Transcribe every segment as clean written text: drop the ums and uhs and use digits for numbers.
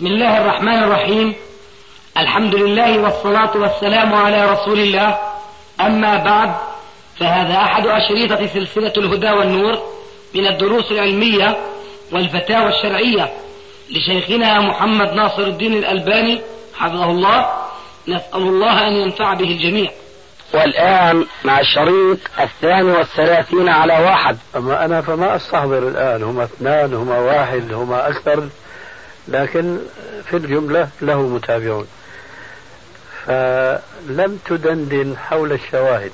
بسم الله الرحمن الرحيم. الحمد لله والصلاة والسلام على رسول الله. أما بعد، فهذا أحد أشريطة سلسلة الهدى والنور من الدروس العلمية والفتاوى الشرعية لشيخنا محمد ناصر الدين الألباني حفظه الله. نسأل الله أن ينفع به الجميع. والآن مع الشريط 32 على 1. أما أنا فما أستحضر الآن، هما 2 هما 1 هما أكثر، لكن في الجملة له متابعون. فلم تدندن حول الشواهد،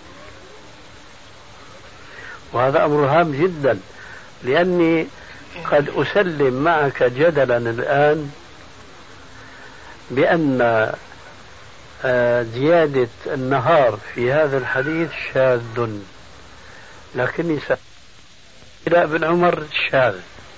وهذا أمر هام جدا، لأني قد أسلم معك جدلا الآن بأن زيادة النهار في هذا الحديث شاذ، لكني إلى ابن عمر شاذ،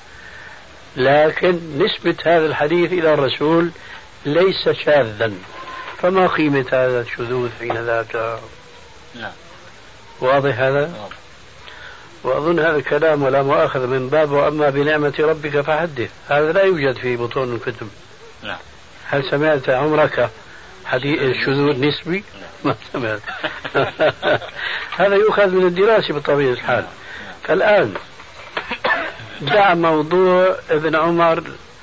لكن نسبة هذا الحديث إلى الرسول ليس شاذا، فما قيمة هذا الشذوذ حين ذاك؟ نعم. واضح هذا؟ وأظن هذا الكلام ولا مؤاخذ من باب وأما بنعمة ربك فحدث، هذا لا يوجد في بطون الكتب. نعم. هل سمعت عمرك حديث الشذوذ نسبي؟ ما سمعت. هذا يؤخذ من الدراسة بطبيعة الحال. فالآن دع موضوع ابن عمر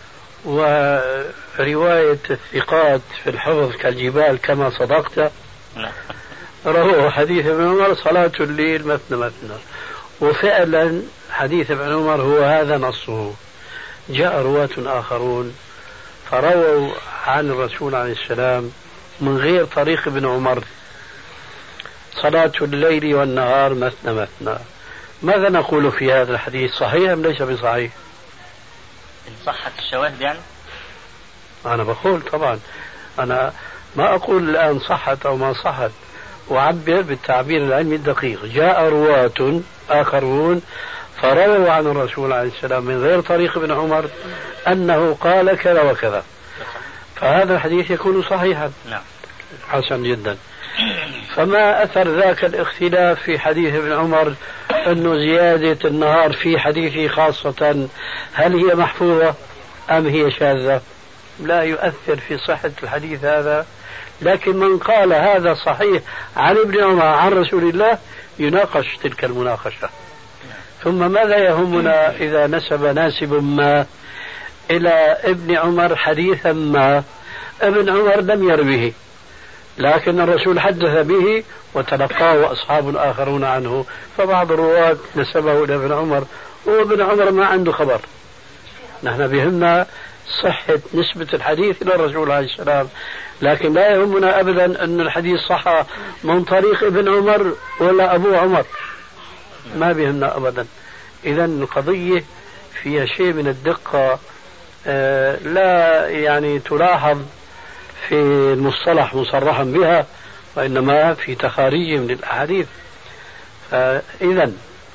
ورواية الثقات في الحفظ كالجبال كما صدقت. رواه حديث ابن عمر صلاة الليل مثنى مثنى، وفعلا حديث ابن عمر هو هذا نصه. جاء رواة آخرون فرووا عن الرسول عليه السلام من غير طريق ابن عمر صلاة الليل والنهار مثنى مثنى. ماذا نقول في هذا الحديث؟ صحيح أم ليس بصحيح؟ إن صحت الشواهد يعني؟ أنا بقول طبعا، أنا ما أقول الآن صحت أو ما صحت، أعبر بالتعبير العلمي الدقيق. جاء رواة آخرون فرووا عن الرسول عليه السلام من غير طريق ابن عمر أنه قال كذا وكذا، فهذا الحديث يكون صحيحا. نعم. حسن جدا. فما أثر ذاك الاختلاف في حديث ابن عمر أنه زيادة النهار في حديثه خاصة هل هي محفوظة أم هي شاذة؟ لا يؤثر في صحة الحديث هذا، لكن من قال هذا صحيح عن ابن عمر عن رسول الله يناقش تلك المناقشة. ثم ماذا يهمنا إذا نسب ناسب ما إلى ابن عمر حديثا ما ابن عمر لم يروه، لكن الرسول حدث به وتلقاه أصحاب آخرون عنه، فبعض الرواة نسبه إلى ابن عمر وابن عمر ما عنده خبر. نحن بهمنا صحة نسبة الحديث إلى الرسول عليه السلام، لكن لا يهمنا أبدا أن الحديث صح من طريق ابن عمر ولا أبو عمر، ما بهمنا أبدا. إذن القضية فيها شيء من الدقة لا يعني تلاحظ في المصطلح مصرحا بها، وإنما في تخاريج من الأحاديث. إذن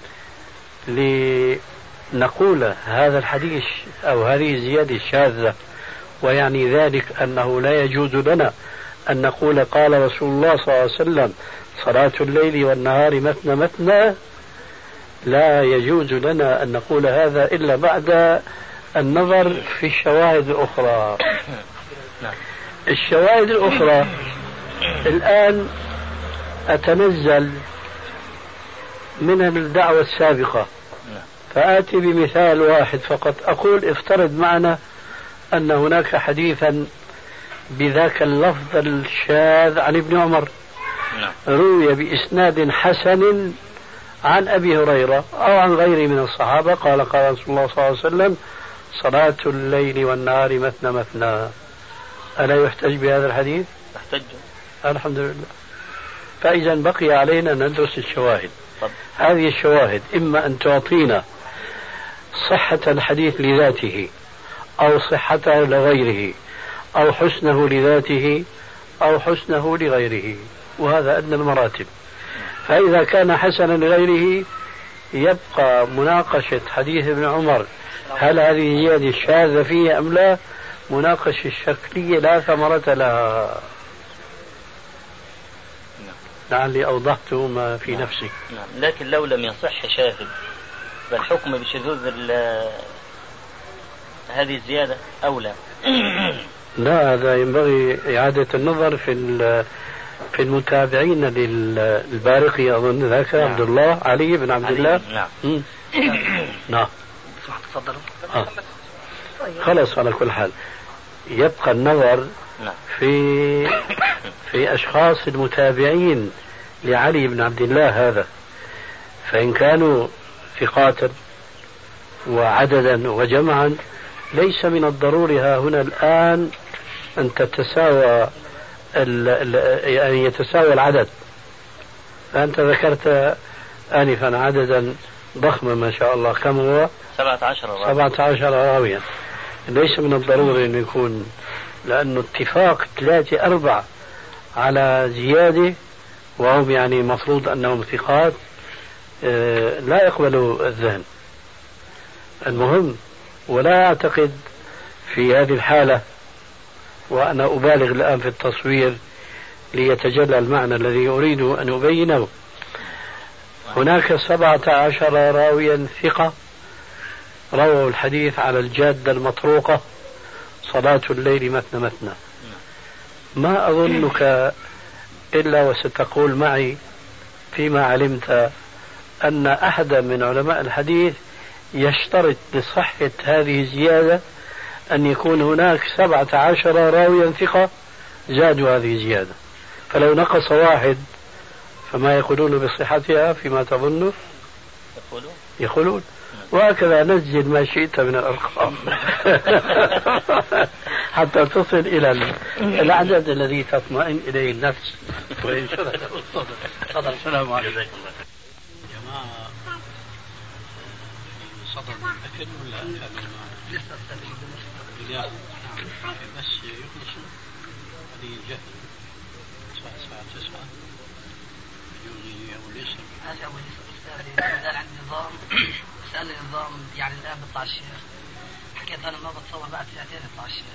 لنقول هذا الحديث أو هذه الزيادة شاذة، ويعني ذلك أنه لا يجوز لنا أن نقول قال رسول الله صلى الله عليه وسلم صلاة الليل والنهار مثنى مثنى، لا يجوز لنا أن نقول هذا إلا بعد النظر في الشواهد الأخرى. الشواهد الأخرى الآن أتنزل من الدعوة السابقة، فآتي بمثال واحد فقط. أقول افترض معنا أن هناك حديثا بذاك اللفظ الشاذ عن ابن عمر روي بإسناد حسن عن أبي هريرة أو عن غيره من الصحابة قال قال رسول الله صلى الله عليه وسلم صلاة الليل والنهار مثنى مثنى. ألا يحتج بهذا الحديث؟ يحتج. الحمد لله. فإذا بقي علينا أن ندرس الشواهد. هذه الشواهد إما أن تعطينا صحة الحديث لذاته أو صحته لغيره أو حسنه لذاته أو حسنه لغيره، وهذا أدنى المراتب. فإذا كان حسنا لغيره يبقى مناقشة حديث ابن عمر هل هذه زيادة شاذة فيه أم لا، مناقشة الشكلية لا ثمرة لها. لعلي أوضحت ما في نفسي. لكن لو لم يصح شاهد فالحكم بشذوذ هذه الزيادة أولى. لا، هذا ينبغي إعادة النظر في المتابعين للبارقي، أظن ذاك نعم. عبد الله علي بن عبد الله. نعم. نعم. تفضل. خلص، على كل حال يبقى النظر نعم. في أشخاص المتابعين لعلي بن عبد الله هذا، فإن كانوا ثقات وعددا وجمعا ليس من الضروري ها هنا الآن أن تتساوى يعني يتساوى العدد. فأنت ذكرت آنفا عددا ضخما ما شاء الله، كم هو؟ 17 راويا. ليس من الضروري أن يكون، لأنه اتفاق 3-4 على زيادة وهم يعني مفروض أنهم ثقات لا يقبلوا الذهن. المهم، ولا أعتقد في هذه الحالة، وأنا أبالغ الآن في التصوير ليتجلى المعنى الذي أريد أن أبينه، هناك 17 راويا ثقة رووا الحديث على الجادة المطروقة، صلاة الليل مثنى مثنى. ما أظنك إلا وستقول معي فيما علمت أن أحدا من علماء الحديث يشترط لصحة هذه الزيادة أن يكون هناك 17 راويا ثقة زادوا هذه الزيادة، فلو نقص واحد فما يقولون بصحتها فيما تظن؟ يقولون. وهكذا نزل ما شئت من الأرقام حتى تصل إلى العدد الذي تطمئن إليه النفس وينشرح الصدر. تفضل. السلام عليكم. جماعة صدر الأكل ولا لسه بس يخلصوا هذه الجهل الساعة 9 يومي أو ليس هذا أول سؤال عن النظام. سأل النظام يعني الآن بيطلع الشيخ، حكيت أنا ما بتصور بعد ساعتين يطلع الشيخ.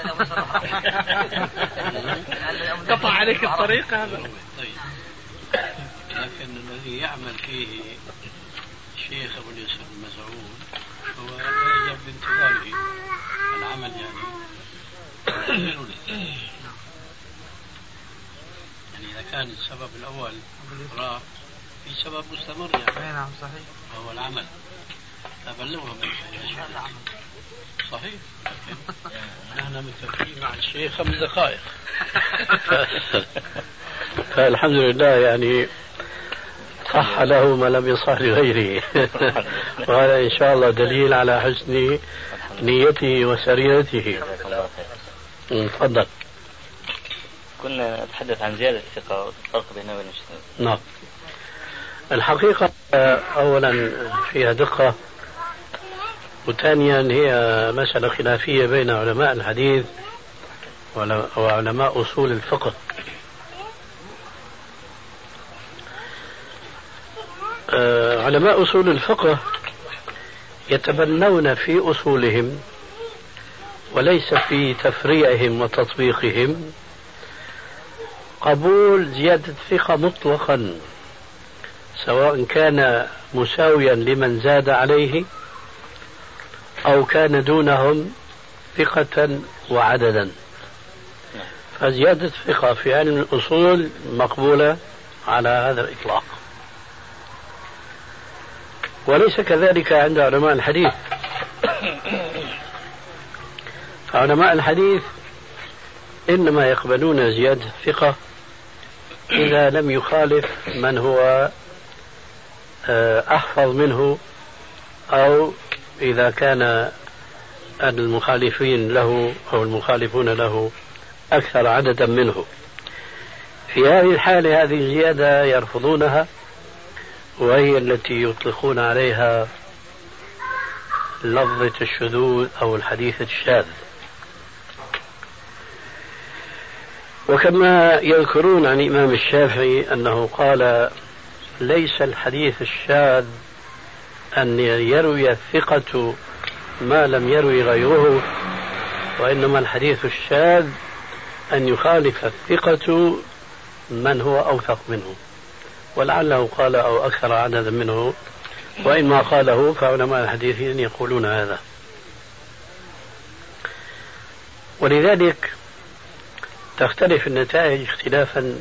قطع عليك الطريق هذا. طيب، لكن الذي يعمل فيه الشيخ أبو اليسر المزعوم هو يعجب بانتظاره العمل يعني إذا كان السبب الأول راح في سبب مستمر يعني. نعم صحيح. وهو العمل. أبلغهم صحيح. نحن متفقين مع الشيخ 5 دقائق. فالحمد لله يعني صح له ما لم يصح لغيره. وهذا إن شاء الله دليل على حسن نيته وسريرته. تفضل. كنا نتحدث عن زيادة الثقة والفرق بينها وبين الشذوذ. نعم. الحقيقة أولا فيها دقة، وثانيا هي مسألة خلافية بين علماء الحديث وعلماء أصول الفقه. علماء أصول الفقه يتبنون في أصولهم وليس في تفريعهم وتطبيقهم قبول زيادة الثقة مطلقا، سواء كان مساويا لمن زاد عليه أو كان دونهم ثقة وعددا. فزيادة الثقة في علم الأصول مقبولة على هذا الإطلاق، وليس كذلك عند علماء الحديث. فعلماء الحديث إنما يقبلون زيادة الثقة إذا لم يخالف من هو أحفظ منه، أو إذا كان المخالفين له أو المخالفون له أكثر عددا منه. في هذه الحالة هذه الزيادة يرفضونها، وهي التي يطلقون عليها لفظة الشذوذ أو الحديث الشاذ. وكما يذكرون عن الإمام الشافعي أنه قال: ليس الحديث الشاذ أن يروي الثقة ما لم يروي غيره، وإنما الحديث الشاذ أن يخالف الثقة من هو أوثق منه، ولعله قال أو أكثر عددا منه، وإن ما قاله فعلماء الحديث يقولون هذا. ولذلك تختلف النتائج اختلافا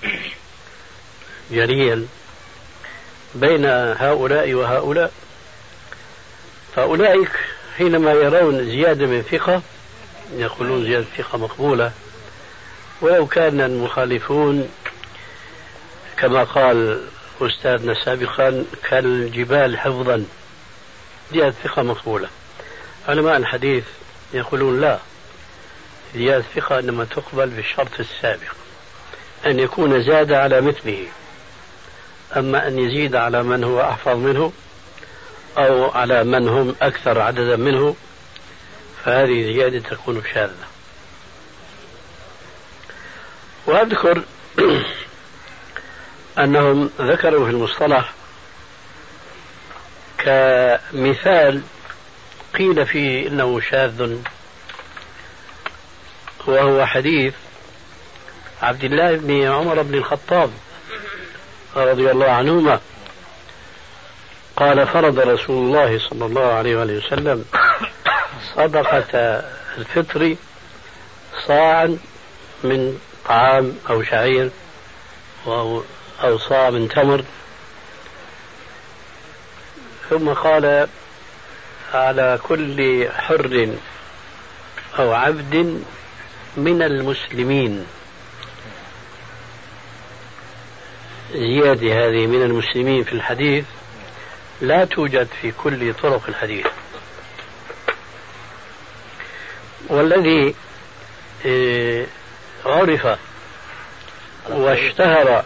جليا بين هؤلاء وهؤلاء. فأولئك حينما يرون زيادة من ثقة يقولون زيادة ثقة مقبولة، ولو كان المخالفون كما قال أستاذنا سابقا كالجبال حفظا، زيادة ثقة مقبولة. علماء الحديث يقولون لا، زيادة ثقة إنما تقبل بالشرط السابق، أن يكون زاد على مثله. أما أن يزيد على من هو أحفظ منه أو على من هم أكثر عددا منه فهذه زيادة تكون شاذة. وأذكر أنهم ذكروا في المصطلح كمثال قيل فيه إنه شاذ، وهو حديث عبد الله بن عمر بن الخطاب رضي الله عنهما قال: فرض رسول الله صلى الله عليه وآله وسلم صدقة الفطر صاعا من طعام أو شعير أو صاع من تمر، ثم قال: على كل حر أو عبد من المسلمين. زيادة هذه من المسلمين في الحديث لا توجد في كل طرق الحديث. والذي عرف واشتهر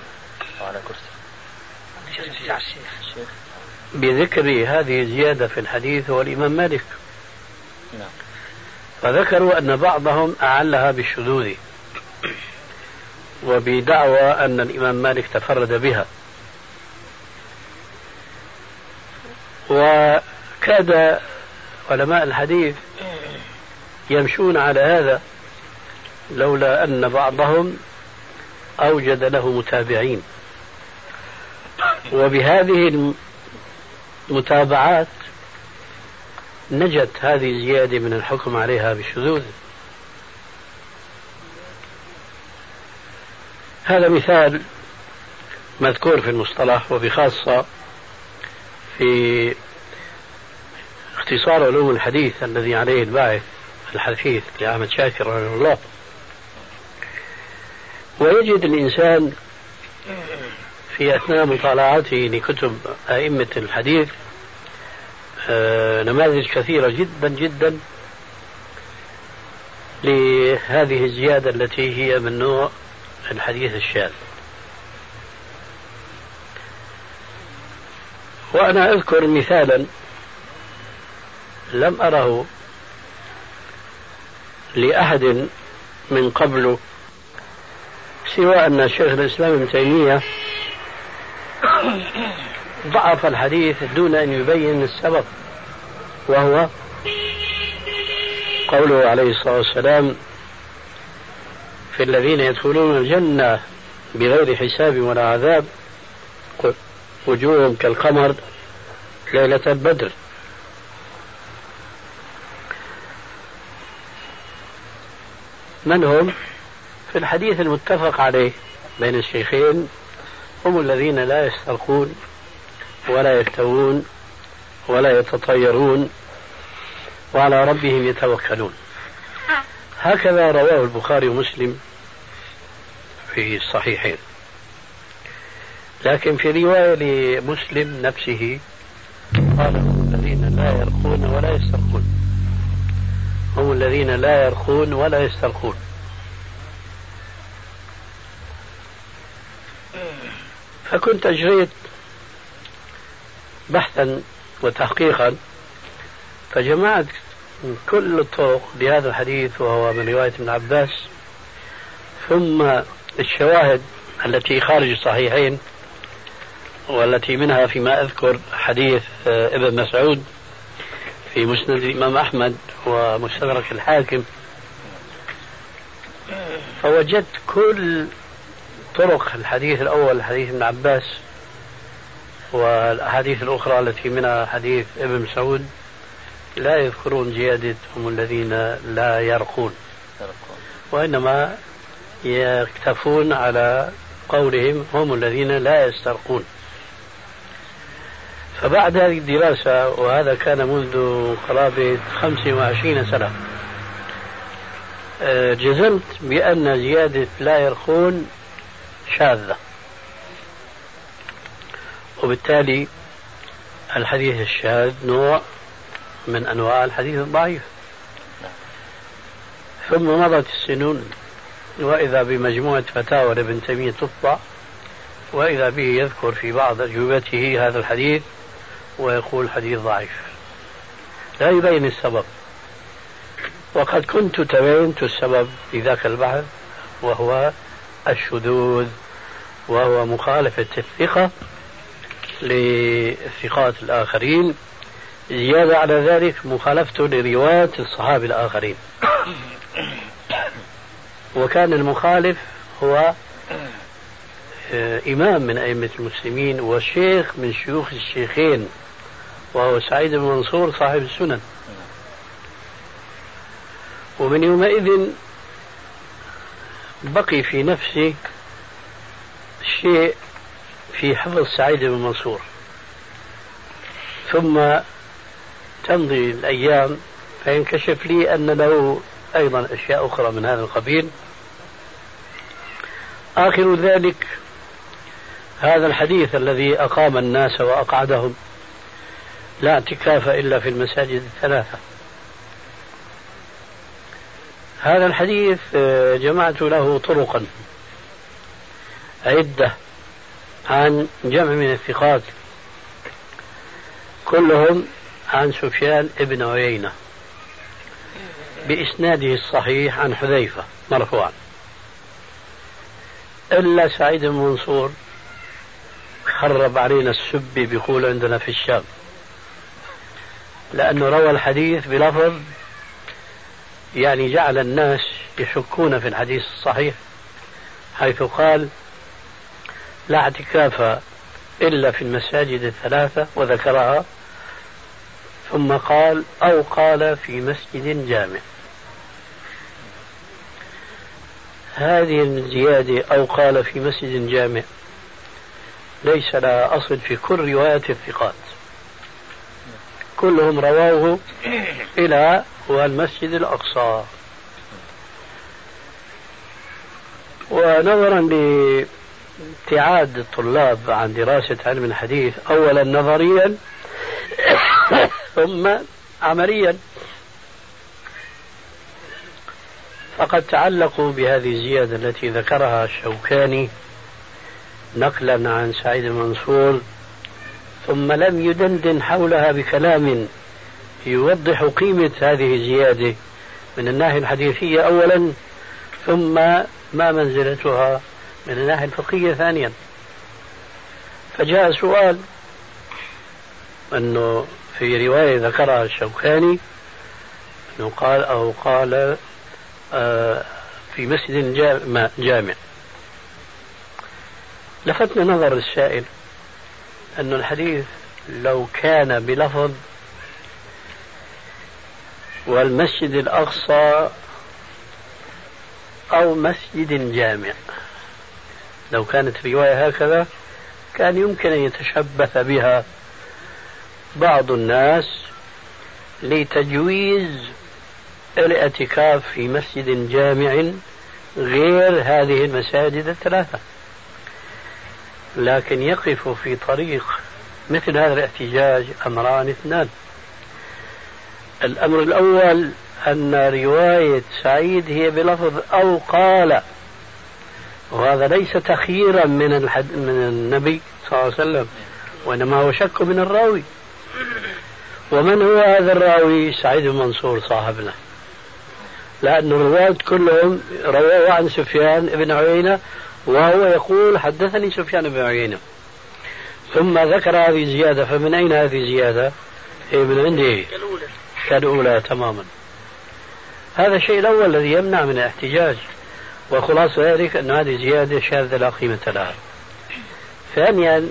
بذكر هذه الزيادة في الحديث هو الإمام مالك، فذكروا أن بعضهم أعلها بالشذوذ وبدعوى أن الإمام مالك تفرد بها، وكاد علماء الحديث يمشون على هذا لولا أن بعضهم أوجد له متابعين، وبهذه المتابعات نجت هذه الزيادة من الحكم عليها بالشذوذ. هذا مثال مذكور في المصطلح، وبخاصة في اختصار علوم الحديث الذي عليه الباعث الحثيث لأحمد شاكر رحمه الله. ويجد الإنسان في أثناء مطالعته لكتب أئمة الحديث نماذج كثيرة جدا جدا لهذه الزيادة التي هي من نوع الحديث الشاذ. وأنا أذكر مثالا لم أره لأحد من قبله سوى أن شيخ الإسلام ابن تيمية ضعف الحديث دون أن يبين السبب، وهو قوله عليه الصلاة والسلام: في الذين يدخلون الجنة بغير حساب ولا عذاب وجوههم كالقمر ليلة البدر. من هم؟ في الحديث المتفق عليه بين الشيخين هم الذين لا يسترقون ولا يكتوون ولا يتطيرون وعلى ربهم يتوكلون. هكذا رواه البخاري ومسلم في الصحيحين. لكن في رواية لمسلم نفسه قال: هم الذين لا يرقون ولا يسترقون، هم الذين لا يرقون ولا يسترقون. فكنت أجريت بحثا وتحقيقا فجمعت كل الطرق لهذا الحديث وهو من رواية ابن عباس، ثم الشواهد التي خارج الصحيحين والتي منها فيما أذكر حديث ابن مسعود في مسند الإمام أحمد ومستدرك الحاكم، فوجدت كل طرق الحديث الأول حديث ابن عباس والأحاديث الأخرى التي منها حديث ابن مسعود لا يذكرون زيادة هم الذين لا يرقون. يسترقون، وإنما يكتفون على قولهم هم الذين لا يسترقون. فبعد هذه الدراسة، وهذا كان منذ قرابة 25 سنة، جزمت بأن زيادة لا يرقون شاذة، وبالتالي الحديث الشاذ نوع من أنواع الحديث الضعيف. ثم مضت السنون، وإذا بمجموعة فتاوى لابن تيمية تطبع، وإذا به يذكر في بعض أجوبته هذا الحديث ويقول حديث ضعيف، لا يبين السبب. وقد كنت تبينت السبب في ذاك البحث، وهو الشذوذ، وهو مخالفة الثقة للثقات الآخرين، زيادة على ذلك مخالفته لرواية الصحابة الآخرين. وكان المخالف هو إمام من أئمة المسلمين وشيخ من شيوخ الشيخين، وهو سعيد بن منصور صاحب السنن. ومن يومئذ بقي في نفسي شيء في حفظ سعيد بن منصور، ثم تمضي الأيام فينكشف لي أن له أيضا أشياء أخرى من هذا القبيل. آخر ذلك هذا الحديث الذي أقام الناس وأقعدهم: لا اعتكاف إلا في المساجد الثلاثة. هذا الحديث جمعت له طرقا عدة عن جمع من الثقات، كلهم عن سفيان بن عيينة بإسناده الصحيح عن حذيفة مرفوعا، إلا سعيد بن منصور خرب علينا السب بيقول عندنا في الشام، لأنه روى الحديث بلفظ يعني جعل الناس يشكون في الحديث الصحيح، حيث قال: لا اعتكاف إلا في المساجد الثلاثة، وذكرها، ثم قال: أو قال في مسجد جامع. هذه الزيادة أو قال في مسجد جامع ليس لها أصل في كل روايات الثقات، كلهم رواه إلى والمسجد الأقصى. ونظرا لابتعاد الطلاب عن دراسة علم الحديث أولا نظريا ثم عمليا، فقد تعلقوا بهذه الزيادة التي ذكرها الشوكاني نقلا عن سعيد المنصور، ثم لم يدندن حولها بكلام يوضح قيمة هذه الزيادة من الناحية الحديثية أولا، ثم ما منزلتها من الناحية الفقهية ثانيا. فجاء سؤال أنه في رواية ذكرها الشوكاني أنه قال أو قال في مسجد جامع. لفتنا نظر السائل أن الحديث لو كان بلفظ والمسجد الأقصى أو مسجد جامع، لو كانت رواية هكذا كان يمكن أن يتشبث بها بعض الناس لتجويز الاعتكاف في مسجد جامع غير هذه المساجد الثلاثة. لكن يقف في طريق مثل هذا الاحتجاج أمران اثنان: الأمر الأول أن رواية سعيد هي بلفظ أو قال، وهذا ليس تخييرا من النبي صلى الله عليه وسلم، وإنما هو شك من الراوي. ومن هو هذا الراوي؟ سعيد بن منصور صاحبنا، لأن الرواة كلهم رواه عن سفيان بن عيينة، وهو يقول حدثني سفيان بن عيينة، ثم ذكر هذه الزيادة. فمن أين هذه الزيادة؟ هي من عنده كالأولى تماما. هذا الشيء الأول الذي يمنع من الاحتجاج، وخلاصة ذلك أن هذه زيادة شاذة لا قيمة لها. ثانيا،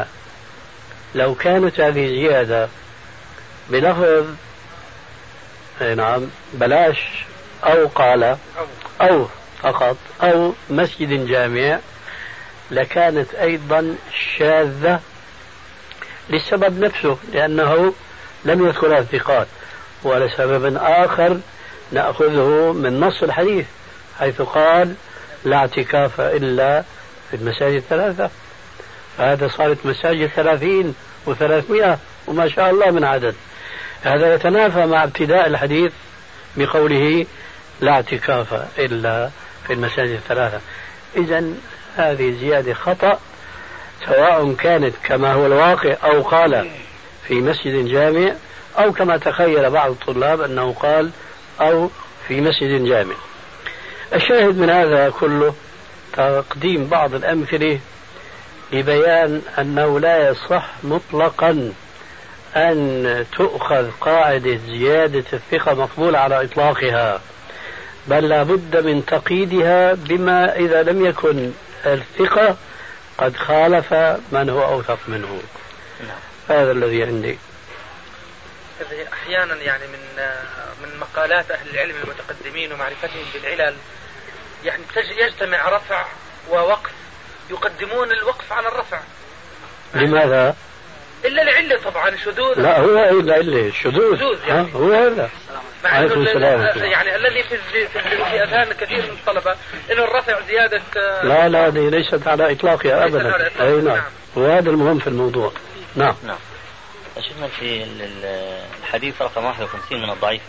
لو كانت هذه زيادة بلفظ نعم بلاش أو قال أو فقط أو مسجد جامع لكانت أيضا شاذة للسبب نفسه، لأنه لم يذكرها الثقات، ولسبب آخر نأخذه من نص الحديث حيث قال لا اعتكاف إلا في المساجد 3، فهذا صارت مساجد 30 و300 وما شاء الله من عدد. هذا يتنافى مع ابتداء الحديث بقوله لا اعتكاف إلا في المساجد 3. إذن هذه زيادة خطأ، سواء كانت كما هو الواقع أو قال في مسجد جامع، أو كما تخيل بعض الطلاب أنه قال أو في مسجد جامع. الشاهد من هذا كله تقديم بعض الأمثلة لبيان أنه لا يصح مطلقا أن تؤخذ قاعدة زيادة الثقة مقبولة على إطلاقها، بل لا بد من تقييدها بما إذا لم يكن الثقة قد خالف من هو أوثق منه. هذا الذي عندي. أحيانا يعني من مقالات أهل العلم المتقدمين ومعرفتهم بالعلل يعني يجتمع رفع ووقف، يقدمون الوقف على الرفع. لماذا؟ إلا العلة طبعا الشذوذ. لا هو إلا الشذوذ يعني. هو هذا يعني الذي في أذهان كثير من الطلبة إنه الرفع زيادة. لا هذه ليست على إطلاقها أبدا. أي نعم. وهذا المهم في الموضوع. نعم. شفنا في الحديث رقم 51 من الضعيفة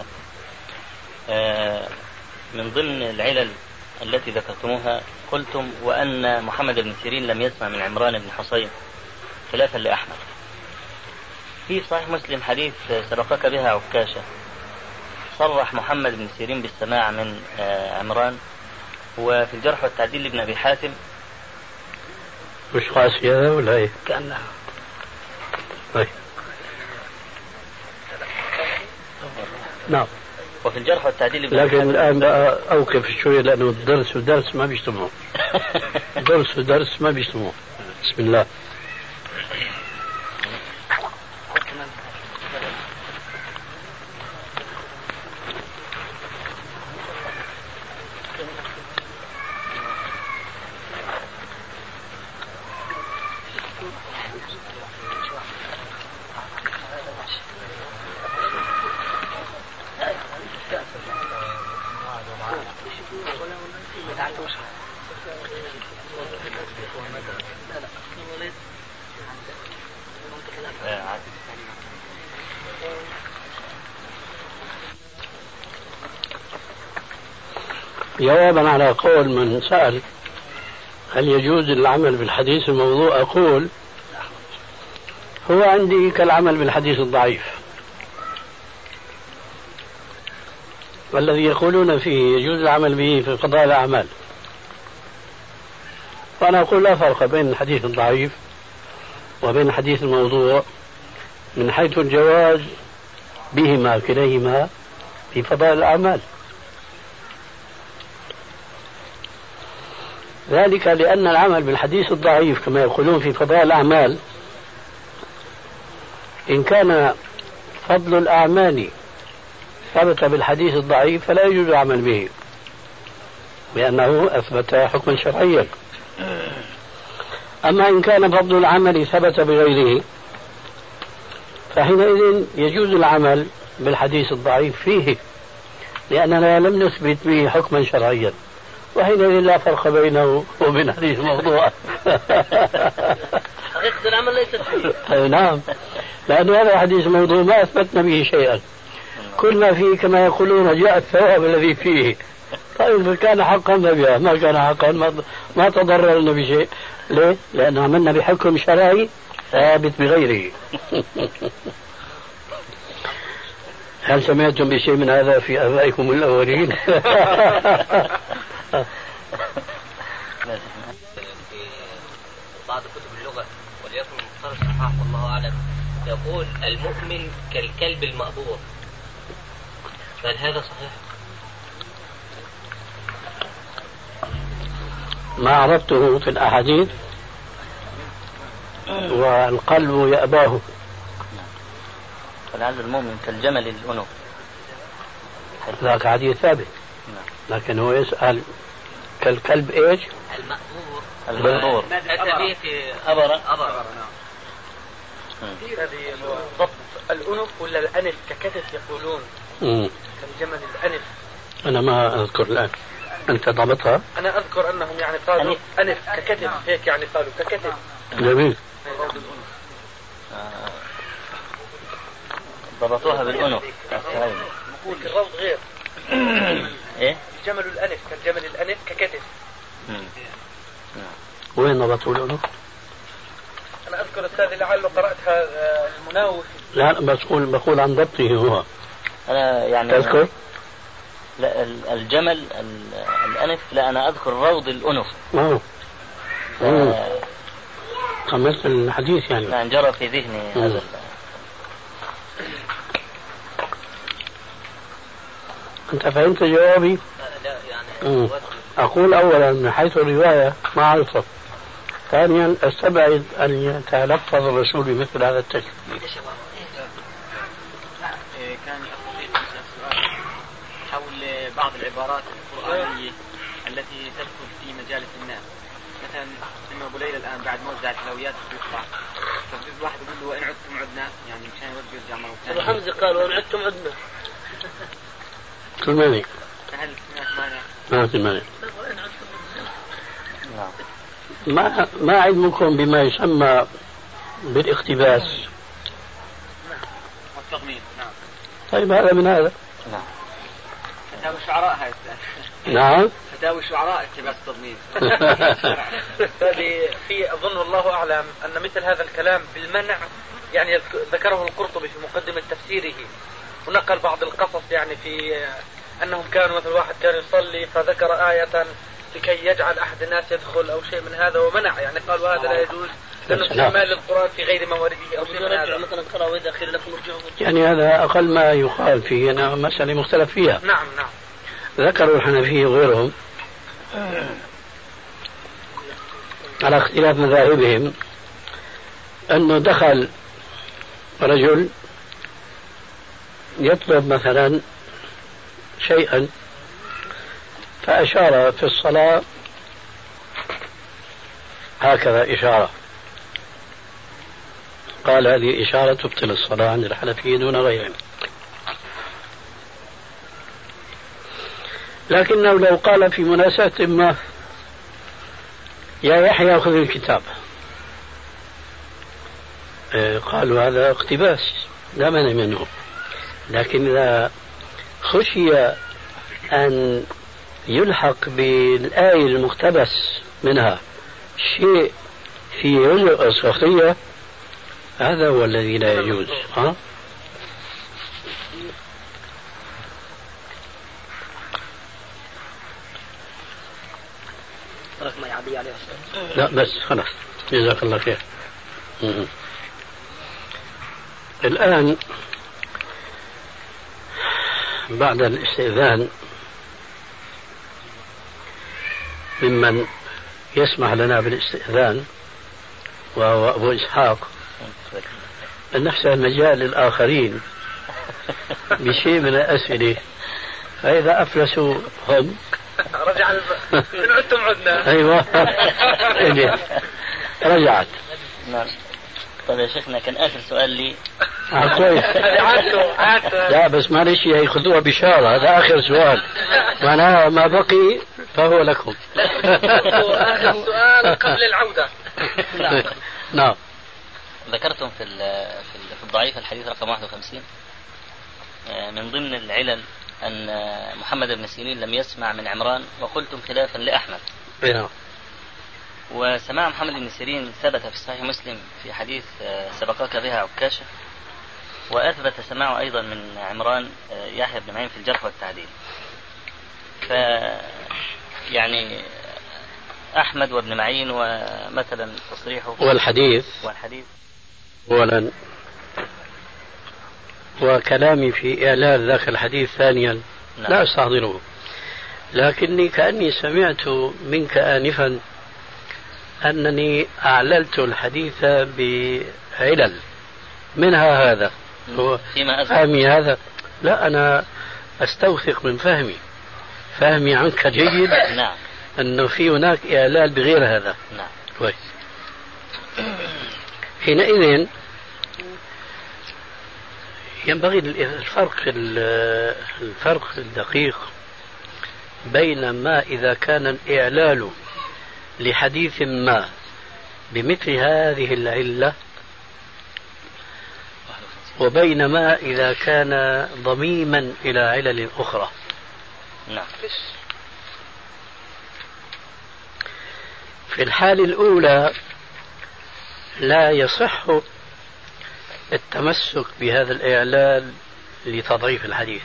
من ضمن العلل التي ذكرتموها قلتم وأن محمد بن سيرين لم يسمع من عمران بن حصين خلافا لأحمد. في صحيح مسلم حديث سبقك بها عكاشة صرح محمد بن سيرين بالسماع من عمران، وفي الجرح والتعديل لابن أبي حاتم مش قاسي هذا ولا ايه؟ كأنها طيب. نعم. وفي الجرح والتعديل لكن الآن بقى أوقف شوية لأنه الدرس ودرس ما بيجتمعوا. درس ودرس ما بيجتمعوا. بسم الله. جوابا على قول من سأل هل يجوز العمل بالحديث الموضوع، أقول هو عندي كالعمل بالحديث الضعيف، والذي يقولون فيه يجوز العمل به في قضاء الأعمال، وأنا أقول لا فرق بين الحديث الضعيف وبين الحديث الموضوع من حيث الجواز بهما كليهما في فضائل الأعمال. ذلك لأن العمل بالحديث الضعيف كما يقولون في فضائل الأعمال إن كان فضل الأعمال ثبت بالحديث الضعيف فلا يجوز العمل به لأنه أثبت حكما شرعيا. أما إن كان فضل العمل ثبت بغيره فحينئذ يجوز العمل بالحديث الضعيف فيه لأننا لم نثبت به حكما شرعيا، وحينئذ لا فرق بينه وبين حديث الموضوع. حقيقة العمل ليست فيه. نعم، لأن هذا حديث الموضوع ما أثبتنا به شيئا، كنا فيه كما يقولون جاء الثواب الذي فيه. طيب كان حقا فبها، ما كان حقا ما تضررنا بشيء. ليه؟ لأن عملنا بحكم شرعي ثابت بغيره. هل سمعتم بشيء من هذا في آبائكم الأولين؟ بعض كتب اللغة وليكن مختار الصحاح والله أعلم يقول المؤمن كالكلب المأبور، فهل هذا صحيح؟ ما عرفته في الأحاديث والقلب يأباه. فلعل المؤمن كالجمل الأنف. ذاك حديث ثابت. لكن هو يسأل كالكلب ايش؟ المأبور أتى به في أبرة. هذه ضبط الأنف ولا الأنف ككتف يقولون كالجمل الأنف. أنا ما أذكر الآن. أنت ضبطها؟ أنا أذكر أنهم يعني قالوا أنف ككتف هيك يعني قالوا ككتف. جميل. ضبطوها بالأنف. مقول الروض غير. إيه؟ جمل الأنف كالجمل الأنف ككتف. وين ضبطوا الأنف؟ أنا أذكر أستاذ لعله قرأتها المناوي. لا بقول عن ضبطه هو. أنا يعني تذكر؟ لا الجمل الأنف، لا أنا أذكر روض الأنف. خمست الحديث يعني. لا جرى في ذهني هذا. أنت فهمت جوابي؟ لا يعني أقول أولا من حيث الرواية ما أعرفه. ثانيا أستبعد أن يتلفظ الرسول بمثل هذا التكليف. كان السؤال حول بعض العبارات القرآنية التي تدخل في مجالس الناس، مثلا إنه أبو ليلى الآن بعد موزع الحلويات يطلع، فبدي واحد يقول له وإن عدتم عدنا، يعني مشان يرجع مرة ثانية. أبو حمزة قال وإن عدتم عدنا. كل ماني. هل سمعت مانع؟ ما علمكم بما يسمى بالاقتباس؟ والتضمين. نعم. طيب هذا من هذا. نعم. فتاوى الشعراء هاي. نعم. فتاوى الشعراء اقتباس التضمين. هذه في أظن الله أعلم أن مثل هذا الكلام بالمنع يعني ذكره القرطبي في مقدمة تفسيره، ونقل بعض القصص يعني في أنهم كانوا مثل واحد كان يصلي فذكر آية لكي يجعل أحد الناس يدخل أو شيء من هذا ومنع، يعني قال وهذا لا يجوز لأنه استعمال للقرآن في غير موارده أو شيء من هذا. مثلا قرأ وإذا خير لكم ارجعوا. يعني هذا أقل ما يقال فيه، أنا مسألة مختلف فيها. نعم. ذكروا الحنفية وغيرهم على اختلاف مذاهبهم أنه دخل رجل يطلب مثلا شيئا فأشار في الصلاة هكذا إشارة، قال هذه إشارة تبطل الصلاة عند الحنفية دون غيرهم. لكنه لو قال في مناسبة ما يا يحيى خذ الكتاب، قالوا هذا اقتباس لا مانع منه. لكن إذا خشي أن يلحق بالآية المقتبس منها شيء في رجوع الصخرية، هذا هو الذي لا يجوز. لا بس خلاص جزاك الله خير. الآن بعد الاستئذان ممن يسمح لنا بالاستئذان وهو أبو إسحاق، أن نفتح المجال للآخرين بشيء من الأسئلة، فإذا أفلسوا هم رجع إن عدتم عدنا. أيوة رجعت. نعم. طيب يا شيخنا كان آخر سؤال لي. كويس. عادته. لا بس معلش ياخذوها بشارة، هذا آخر سؤال، معناها ما بقي فهو لكم. آخر سؤال قبل العودة. نعم. ذكرتم في الضعيف الحديث رقم 51 من ضمن العلل أن محمد بن سيرين لم يسمع من عمران، وقلتم خلافا لأحمد. نعم. وسماع محمد بن سيرين ثبت في صحيح مسلم في حديث سبقك بها عكاشة، وأثبت سماعه أيضا من عمران يحيى بن معين في الجرح والتعديل. يعني أحمد وابن معين ومثلا تصريحه والحديث أولا، وكلامي في إعلان ذاك الحديث ثانيا. نعم. لا أستحضره، لكني كأني سمعت منك آنفا أنني أعللت الحديث بعلل منها هذا هو فيما أذكر. هذا لا، أنا أستوثق من فهمي عنك جيد. نعم. أنه في هناك إعلال بغير هذا. نعم. كويس. حينئذ ينبغي الفرق الدقيق بين ما إذا كان الإعلال لحديث ما بمثل هذه العلة وبين ما إذا كان ضميما إلى علل أخرى. نعم. في الحال الأولى لا يصح التمسك بهذا الإعلال لتضعيف الحديث،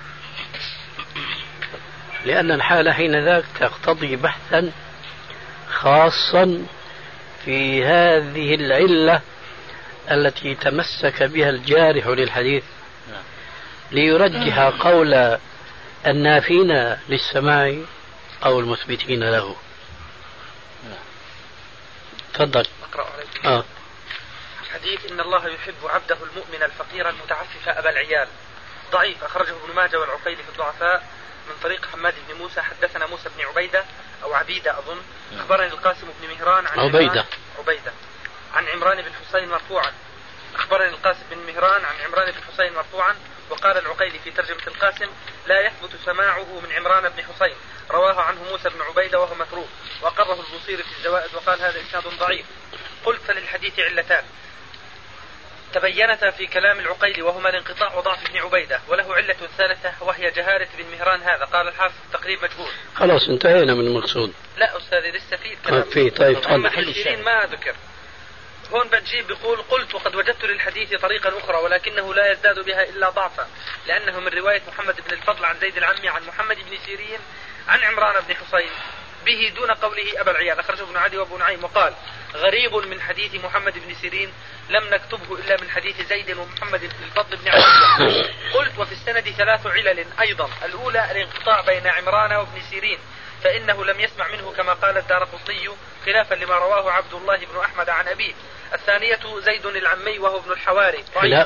لأن الحالة حينذاك تقتضي بحثا خاصا في هذه العلة التي تمسك بها الجارح للحديث ليرجح قول النافين للسماع أو المثبتين له. تفضل. حديث إن الله يحب عبده المؤمن الفقير المتعفف أبا العيال ضعيف، أخرجه ابن ماجه والعقيلي في الضعفاء من طريق حماد بن موسى. حدثنا موسى بن عبيدة أو عبيدة أظن، أخبرني القاسم بن مهران عن عبيدة عن عمران بن حسين مرفوعا. أخبرني القاسم بن مهران عن عمران بن حسين مرفوعا. وقال العقيلي في ترجمة القاسم لا يثبت سماعه من عمران بن حسين، رواه عنه موسى بن عبيدة وهو متروك، وأقره البوصيري في الزوائد وقال هذا إسناد ضعيف. قلت فللحديث علتان تبينتا في كلام العقيلي وهما الانقطاع وضعف ابن عبيدة، وله علة ثالثة وهي جهالة بن مهران هذا. قال الحافظ التقريب مجهول. خلاص انتهينا من المقصود. لا أستاذي لسه في كلام. طيب ما ذكر هون بنجيب بيقول قلت وقد وجدت للحديث طريقا أخرى ولكنه لا يزداد بها إلا ضعفا، لأنه من رواية محمد بن الفضل عن زيد العمي عن محمد بن سيرين عن عمران بن حسين به دون قوله أبا العيال. أخرجه ابن عدي وابو نعيم. وقال غريب من حديث محمد بن سيرين لم نكتبه إلا من حديث زيد ومحمد بن الفضل بن عبد. قلت وفي السند 3 علل أيضا. الأولى الانقطاع بين عمران وابن سيرين فإنه لم يسمع منه كما قال الدارقطني خلافا لما رواه عبد الله بن أحمد عن أبيه. الثانية زيد العمي وهو ابن الحواري.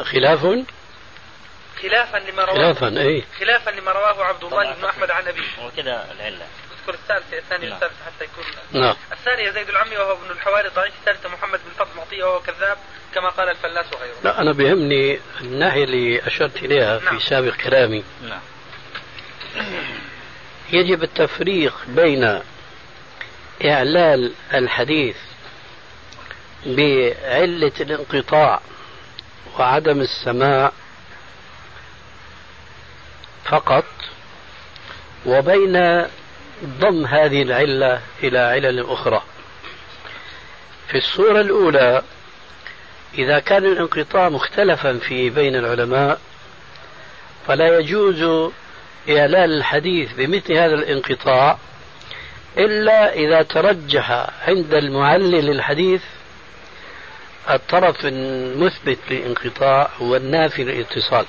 خلافا لما رواه عبد الله بن أحمد عن أبيه. وكذا العلة. اذكر الثانية والثالثة حتى يكون. نعم. الثانية زيد العمي وهو ابن الحواري ضعيف. الثالثة محمد بن الفضل معطية وهو كذاب كما قال الفلاس وغيره. لا أنا بهمني الناحية اللي أشرت إليها في سابق كلامي. نعم. يجب التفريق بين إعلال الحديث بعلة الانقطاع وعدم السماع فقط وبين ضم هذه العلة إلى علل أخرى. في الصورة الأولى إذا كان الانقطاع مختلفا فيه بين العلماء فلا يجوز إعلال الحديث بمثل هذا الانقطاع إلا إذا ترجح عند المعلل الحديث الطرف المثبت للانقطاع والنافي للاتصال.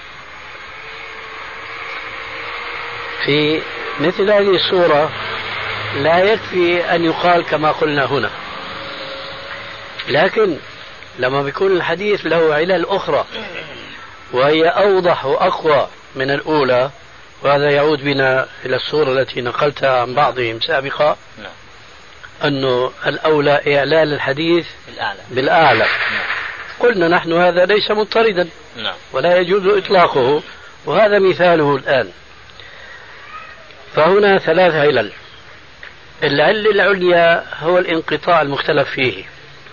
في مثل هذه الصورة لا يكفي أن يقال كما قلنا هنا، لكن لما بيكون الحديث له علل أخرى وهي أوضح وأقوى من الأولى، وهذا يعود بنا إلى الصورة التي نقلتها عن بعضهم سابقا أنه الأولى إعلال الحديث بالأعلى. قلنا نحن هذا ليس مضطردا ولا يجوز إطلاقه، وهذا مثاله الآن. فهنا 3 علل. العلة العليا هو الانقطاع المختلف فيه،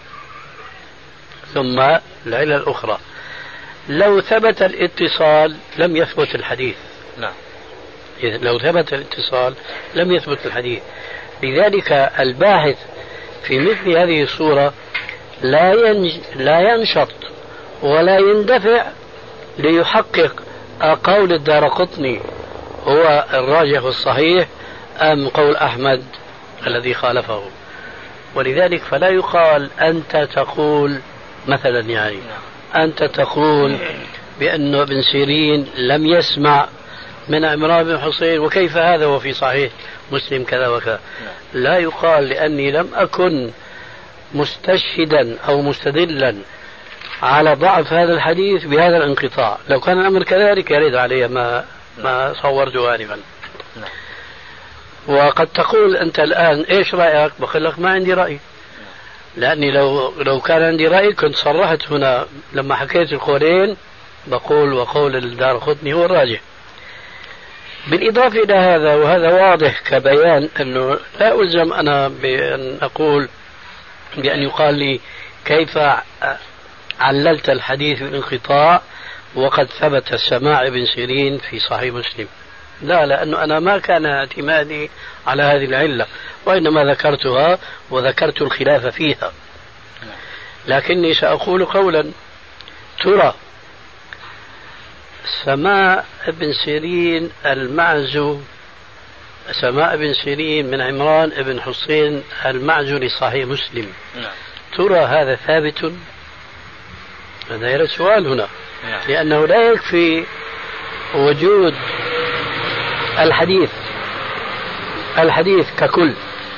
ثم العلة الأخرى لو ثبت الاتصال لم يثبت الحديث. لو ثبت الاتصال لم يثبت الحديث. لذلك الباحث في مثل هذه الصورة لا ينشط ولا يندفع ليحقق قول الدارقطني هو الراجح الصحيح أم قول أحمد الذي خالفه. ولذلك فلا يقال أنت تقول مثلا يعني أنت تقول بأن ابن سيرين لم يسمع من عمران بن حسين وكيف هذا وفي صحيح مسلم كذا وكذا. لا يقال لأني لم أكن مستشهدا أو مستدلا على ضعف هذا الحديث بهذا الانقطاع. لو كان الأمر كذلك يرد علي ما ما صورته آنفا. نعم. وقد تقول أنت الآن إيش رأيك؟ بقول لك ما عندي رأي، لأني لو كان عندي رأي كنت صرحت هنا لما حكيت القولين، بقول وقول الدارقطني هو الراجح. بالإضافة إلى هذا، وهذا واضح كبيان، أنه لا ألزم أنا بأن أقول بأن يقال لي كيف عللت الحديث بالانقطاع وقد ثبت السماع ابن سيرين في صحيح مسلم. لا، لأنه أنا ما كان اعتمادي على هذه العلة، وإنما ذكرتها وذكرت الخلاف فيها. لكني سأقول قولا: ترى سماع ابن سيرين المعزو، سماع ابن سيرين من عمران ابن حسين المعزو لصحيح مسلم، ترى هذا ثابت؟ هذا يرد سؤال هنا، لأنه لا يكفي وجود الحديث ككل،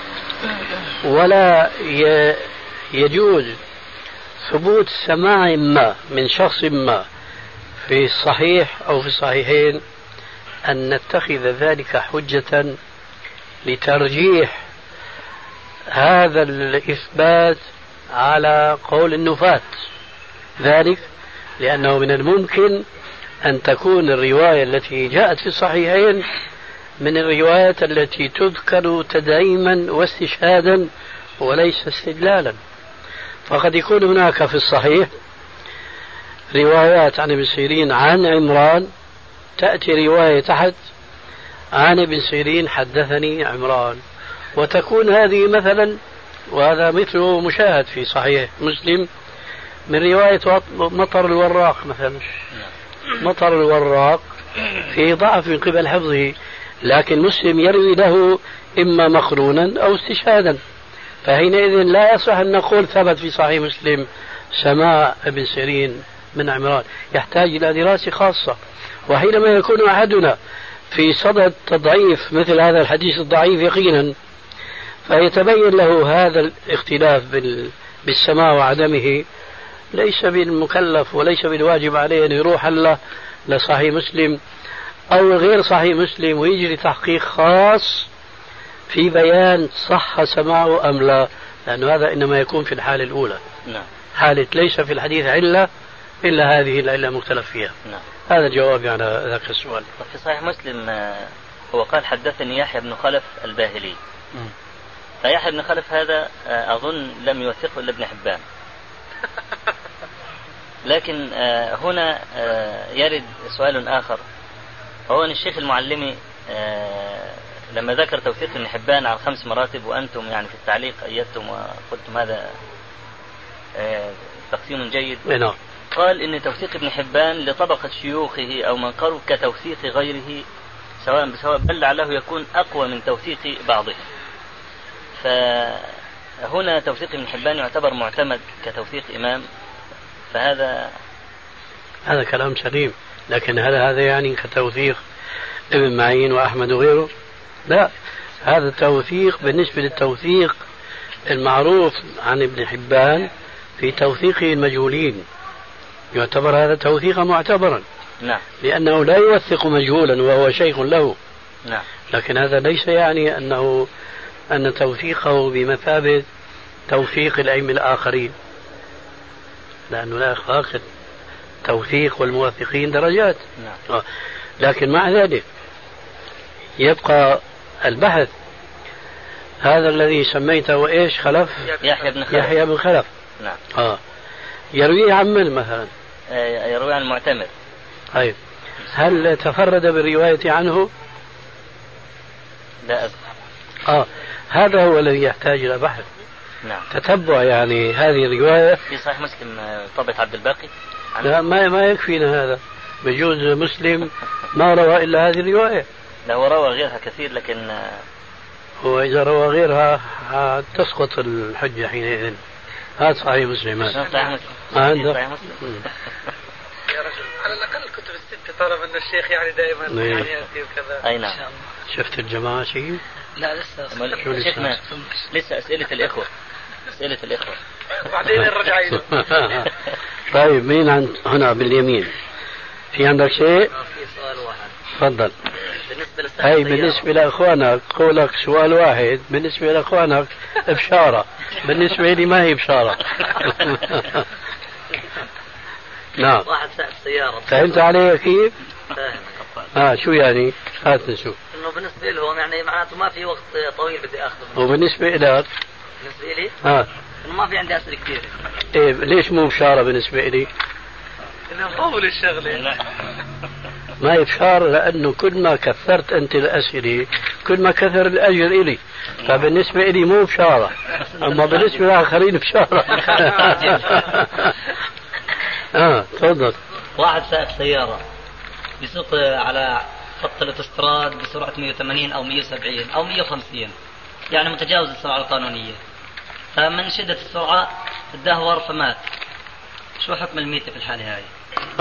ولا يجوز ثبوت سماع ما من شخص ما في الصحيح أو في الصحيحين أن نتخذ ذلك حجة لترجيح هذا الإثبات على قول النفاة. ذلك لأنه من الممكن أن تكون الرواية التي جاءت في الصحيحين من الروايات التي تذكر تدعيما واستشهادا وليس استدلالا. فقد يكون هناك في الصحيح روايات عن ابن سيرين عن عمران، تأتي رواية تحت عن ابن سيرين حدثني عمران، وتكون هذه مثلا، وهذا مثله مشاهد في صحيح مسلم من رواية مطر الوراق مثلا. مطر الوراق في ضعف من قبل حفظه، لكن مسلم يروي له إما مقرونا أو استشهادا، فحينئذ لا يصح أن نقول ثبت في صحيح مسلم سماع ابن سيرين من عمران، يحتاج إلى دراسة خاصة. وحينما يكون أحدنا في صدد تضعيف مثل هذا الحديث الضعيف يقينا، فيتبين له هذا الاختلاف بالسماع وعدمه، ليس بالمكلف وليس بالواجب عليه أن يروح الله لصحيح مسلم أو غير صحيح مسلم ويجري تحقيق خاص في بيان صح سماعه أم لا، لأنه هذا إنما يكون في الحالة الأولى. حالة ليس في الحديث علة إلا هذه العلة مختلف فيها. هذا جوابي على ذاك السؤال. في صحيح مسلم هو قال حدثني يحيى بن خلف الباهلي. فيحيى بن خلف هذا أظن لم يوثقه إلا ابن حبان. لكن هنا يرد سؤال آخر، هو أن الشيخ المعلمي لما ذكر توثيق ابن حبان على 5 مراتب، وأنتم يعني في التعليق أيدتم وقلتم هذا تقسيم جيد، قال إن توثيق ابن حبان لطبقة شيوخه أو من قرب كتوثيق غيره سواء بسواء، بل لعله يكون أقوى من توثيق بعضهم. فهنا توثيق ابن حبان يعتبر معتمد كتوثيق إمام، فهذا كلام سليم، لكن هذا يعني كتوثيق ابن معين وأحمد وغيره؟ لا، هذا التوثيق بالنسبة للتوثيق المعروف عن ابن حبان في توثيقه المجهولين يعتبر هذا توثيقا معتبرا. لأنه لا يوثق مجهولا وهو شيخ له. لكن هذا ليس يعني أن توثيقه بمثابة توثيق الأئمة الآخرين، لأنه لا يخفى توثيق والموثقين درجات. لكن مع ذلك يبقى البحث هذا الذي سميته إيش؟ خلف يحيى بن خلف. يرويه عن من مثلا؟ يروي عن المعتمر. طيب، هل تفرد بالرواية عنه؟ لا هذا هو الذي يحتاج إلى بحث. تتبع يعني هذه الرواية في صحيح مسلم طبعة عبد الباقي. لا، ما يكفينا هذا، بجوز مسلم ما روى إلا هذه الرواية. لا، هو روى غيرها كثير، لكن هو إذا روى غيرها تسقط الحجة حينئذ. هذا صحيح مسلم. صحيح مسلم. يا رجل، على الأقل الكتب الستة طالما أن الشيخ يعني دائما يعني يأتي وكذا. أي نعم. شفت الجماعة شيء؟ لا لسه. شيخنا لسه أسئلة الإخوة. وبعدين نرجع إليه. طيب، مين هنا باليمين؟ في عندك شيء؟ في سؤال واحد. تفضل. بالنسبة هاي بالنسبة لإخوانك قولك سؤال واحد، بالنسبة لإخوانك بشارة، بالنسبة لي ما هي بشارة. نعم. واحد سائق سيارة. فهمت علي كيف؟ فاهم. شو يعني؟ هات نشوف. انه بالنسبة لهم يعني معناته ما في وقت طويل بدي اخذه. وبالنسبة لك؟ بالنسبة لي؟ انه ما في عندي اسئلة كثير. إيه ليش مو بشارة بالنسبة لي؟ انه طول الشغلة. ما هي بشارة لأنه كل ما كثرت أنت الأسئلة كل ما كثر الأجر إلي، فبالنسبة لي مو بشارة، أما بالنسبة للآخرين بشارة. تفضل. واحد سائق سيارة بيسوق على خط الاوتوستراد بسرعة 180 أو 170 أو 150، يعني متجاوز السرعة القانونية، فمن شدة السرعة تدهور فمات. شو حكم الميتة في الحالة هاي؟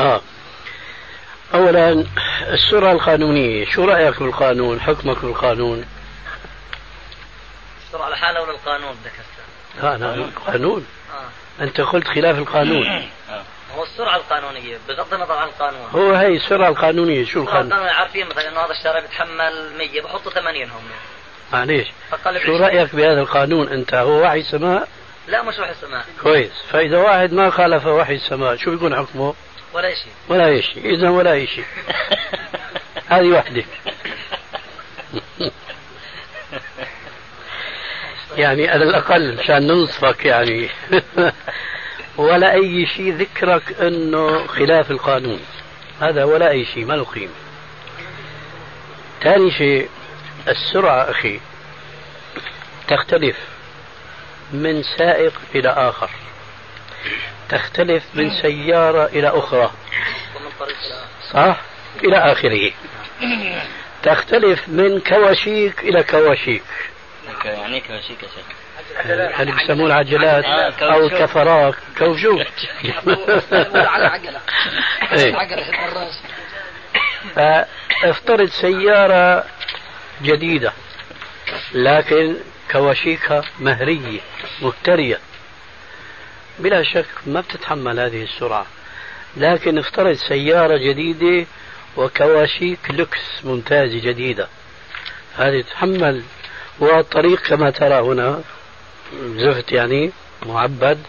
أولا السرعة القانونية، شو رأيك بالقانون؟ حكمك بالقانون؟ السرعة لحالها ولا القانون بدك هسه؟ لا القانون. أنت قلت خلاف القانون. هو السرعة القانونية بغض النظر عن القانون. هو هي السرعة القانونية. شو القانون؟ عارفين مثلا إنه هذا الشارع بيتحمل 100 بحطوا 80 هم. معليش. شو رأيك بهذا القانون أنت؟ هو وحي السماء؟ لا مش وحي السماء. كويس. فإذا واحد ما خالف وحي السماء شو بيكون حكمه؟ ولا شيء. ولا شيء. إذا ولا شيء. هذه وحدة. يعني على الأقل مشان ننصفك يعني. ولا أي شيء ذكرك أنه خلاف القانون، هذا ولا أي شيء ما له قيمة. ثاني شيء السرعة أخي تختلف من سائق إلى آخر، تختلف من سيارة إلى أخرى، صح؟ إلى آخره. تختلف من كواشيك إلى كواشيك. يعني كواشيك يا شيخ؟ اللي بيسموه العجلات أو الكفرات كوشوك. فافترض سيارة جديدة لكن كواشيكها مهرية مفترية، بلا شك ما بتتحمل هذه السرعة. لكن افترض سيارة جديدة وكواشيك لوكس ممتازة جديدة، هذه تتحمل. والطريق كما ترى هنا زفت يعني معبد.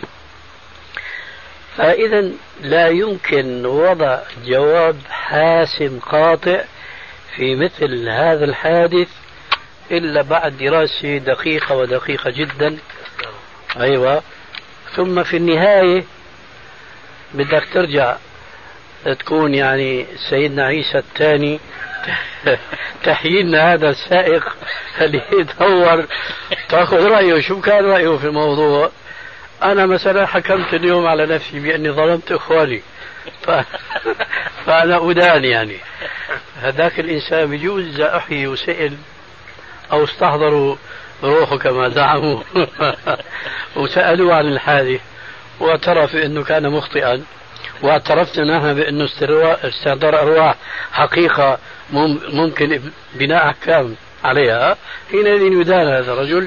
فإذا لا يمكن وضع جواب حاسم قاطع في مثل هذا الحادث إلا بعد دراسة دقيقة ودقيقة جدا. أيوة. ثم في النهاية بدك ترجع تكون يعني سيدنا عيسى الثاني تحيينا هذا السائق اللي يدور تأخذ رأيه شو كان رأيه في الموضوع. أنا مثلا حكمت اليوم على نفسي بأني ظلمت إخواني فأنا أدان يعني. هذاك الإنسان بيجوز إذا أحيي وسئل أو استحضروا روحه كما زعموا وسألوا عن الحادث واعترف أنه كان مخطئا، واعترفت نحن بأنه استحضار أرواح حقيقة ممكن بناء أحكام عليها، حينئذ يدان هذا الرجل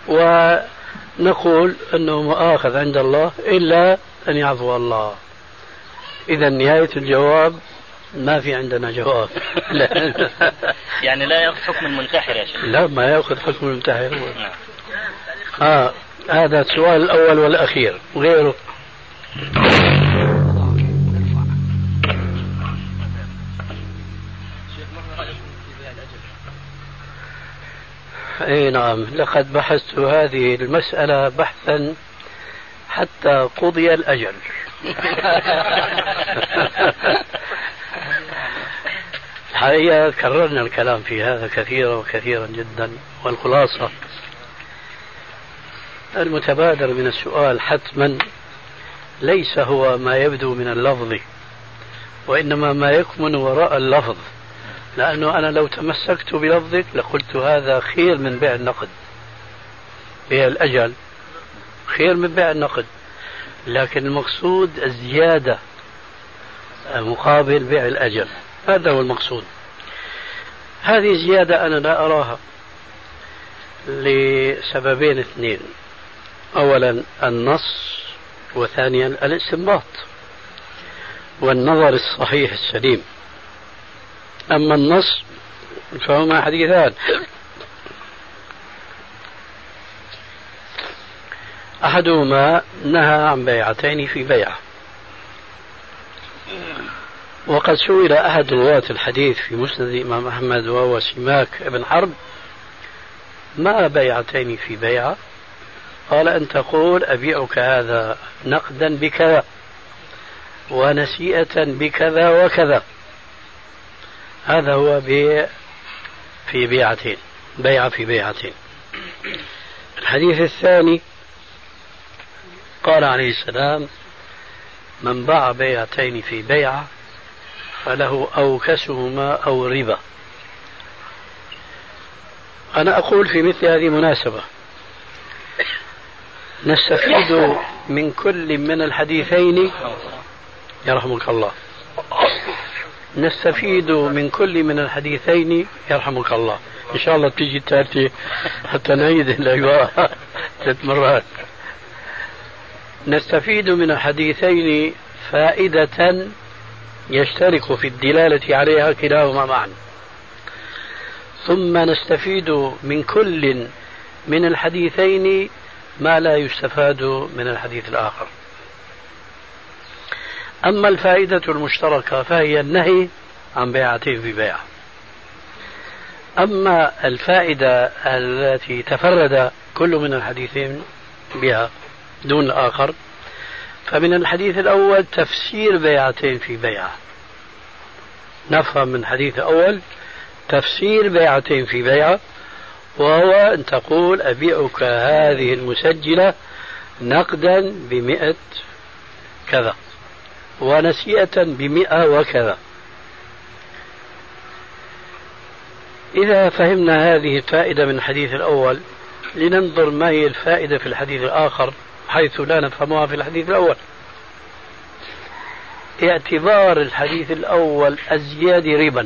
ونقول أنه مؤاخذ عند الله إلا أن يعفو الله. إذا نهاية الجواب ما في عندنا جواب. يعني لا يأخذ حكم المنتحر يا شيخ؟ لا ما يأخذ حكم المنتحر. هذا السؤال الأول والأخير. غيره اي نعم، لقد بحثت هذه المسألة بحثا حتى قضي الأجل. الحقيقة كررنا الكلام في هذا كثيرا وكثيرا جدا، والخلاصة المتبادر من السؤال حتما ليس هو ما يبدو من اللفظ، وإنما ما يكمن وراء اللفظ. لأنه أنا لو تمسكت بلفظك لقلت هذا خير من بيع النقد، بيع الأجل خير من بيع النقد، لكن المقصود الزيادة مقابل بيع الأجل، هذا هو المقصود. هذه زيادة أنا لا أراها لسببين اثنين: أولا النص، وثانيا الاستنباط والنظر الصحيح السليم. أما النص فهما حديثان. أحدهما نهى عن بيعتين في بيعة، وقد سئل أحد رواة الحديث في مسند الإمام أحمد وهو سماك بن حرب: ما بيعتين في بيعة؟ قال: أن تقول أبيعك هذا نقدا بكذا ونسيئة بكذا وكذا، هذا هو بيع في بيعتين، بيع في بيعتين. الحديث الثاني قال عليه السلام: من باع بيعتين في بيعة فله أوكسهما أو ربا. أنا أقول في مثل هذه المناسبة نستفيد من كل من الحديثين، يرحمك الله، نستفيد من كل من الحديثين يرحمك الله. إن شاء الله تيجي الثالثة حتى نعيد الأجواء 3 مرات. نستفيد من الحديثين فائدة يشترك في الدلالة عليها كلاهما معا، ثم نستفيد من كل من الحديثين ما لا يستفاد من الحديث الآخر. أما الفائدة المشتركة فهي النهي عن بيعتين في بيعة. أما الفائدة التي تفرد كل من الحديثين بها دون الآخر، فمن الحديث الأول تفسير بيعتين في بيعة. نفهم من الحديث الأول تفسير بيعتين في بيعة، وهو أن تقول أبيعك هذه المسجلة نقدا 100 كذا ونسيئة 100 وكذا. إذا فهمنا هذه الفائدة من الحديث الأول، لننظر ما هي الفائدة في الحديث الآخر حيث لا نفهمها في الحديث الأول. اعتبار الحديث الأول الزيادة ربا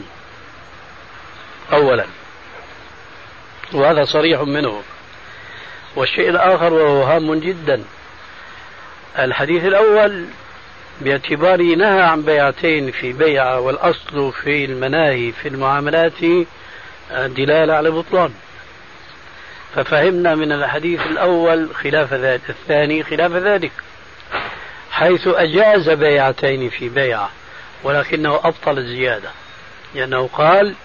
أولا، وهذا صريح منه. والشيء الآخر وهو هام جدا، الحديث الأول باعتباره نهى عن بيعتين في بيعة، والأصل في المناهي في المعاملات دلالة على بطلان، ففهمنا من الحديث الأول خلاف ذلك، الثاني خلاف ذلك، حيث أجاز بيعتين في بيعة ولكنه أبطل الزيادة، لأنه قال